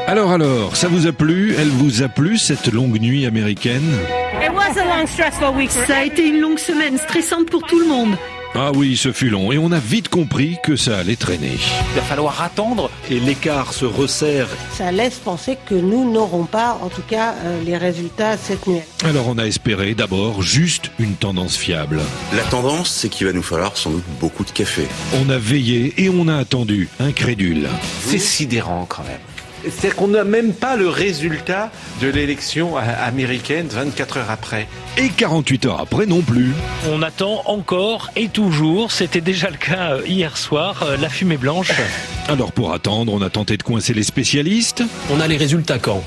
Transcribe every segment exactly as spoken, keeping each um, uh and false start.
Alors alors, ça vous a plu? Elle vous a plu cette longue nuit américaine? Ça a été une longue semaine stressante pour tout le monde. Ah oui, ce fut long et on a vite compris que ça allait traîner. Il va falloir attendre et l'écart se resserre. Ça laisse penser que nous n'aurons pas, en tout cas, euh, les résultats cette nuit. Alors on a espéré d'abord juste une tendance fiable. La tendance, c'est qu'il va nous falloir sans doute beaucoup de café. On a veillé et on a attendu, incrédule. C'est sidérant quand même. C'est-à-dire qu'on n'a même pas le résultat de l'élection américaine vingt-quatre heures après. Et quarante-huit heures après non plus. On attend encore et toujours, c'était déjà le cas hier soir, la fumée blanche. Alors pour attendre, on a tenté de coincer les spécialistes. On a les résultats quand?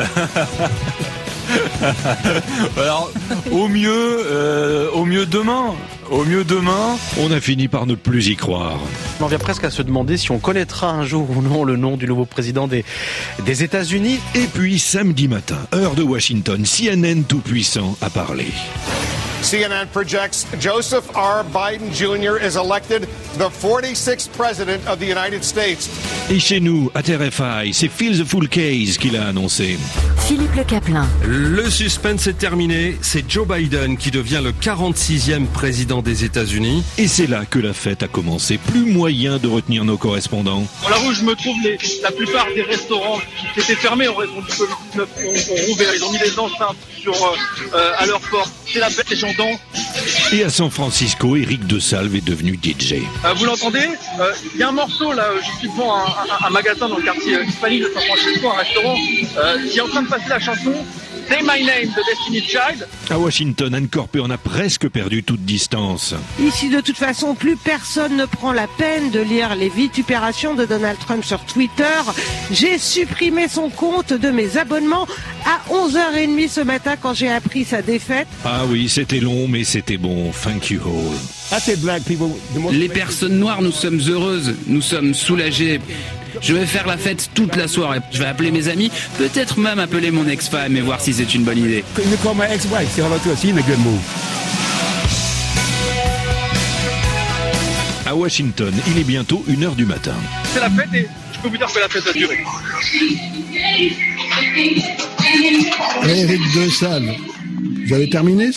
Alors, au mieux, euh, au mieux demain. Au mieux demain. On a fini par ne plus y croire. On vient presque à se demander si on connaîtra un jour ou non le nom du nouveau président des, des États-Unis. Et puis samedi matin, heure de Washington, C N N tout-puissant a parlé. C N N projects Joseph R. Biden Junior is elected the forty-sixth president of the United States. Et chez nous, à T R F I, c'est Phil the Full Case qui l'a annoncé. Philippe Le Caplin. Le suspense est terminé, c'est Joe Biden qui devient le quarante-sixième président des États-Unis. Et c'est là que la fête a commencé. Plus moyen de retenir nos correspondants. Dans la rue où je me trouve, les, la plupart des restaurants qui étaient fermés en raison du covid dix-neuf ont, ont rouvert. Ils ont mis des enceintes sur, euh, à leur porte. C'est la fête, les gens dansent. Et à San Francisco, Eric de Salve est devenu D J. Euh, vous l'entendez? Il euh, y a un morceau là, je suis devant un, un, un magasin dans le quartier euh, hispanique de San Francisco, un restaurant, euh, qui est en train de passer la chanson Say My Name de Destiny's Child. À Washington, Anne Corpé en a presque perdu toute distance. Ici, de toute façon, plus personne ne prend la peine de lire les vitupérations de Donald Trump sur Twitter. J'ai supprimé son compte de mes abonnements à onze heures trente ce matin quand j'ai appris sa défaite. Ah oui, c'était long, mais c'était bon. Thank you all. Les personnes noires, nous sommes heureuses, nous sommes soulagées. Je vais faire la fête toute la soirée. Je vais appeler mes amis, peut-être même appeler mon ex-femme et voir si c'est une bonne idée. À Washington, il est bientôt une heure du matin. C'est la fête et je peux vous dire que la fête a duré. Éric de Salve, vous avez terminé, c'est bon ?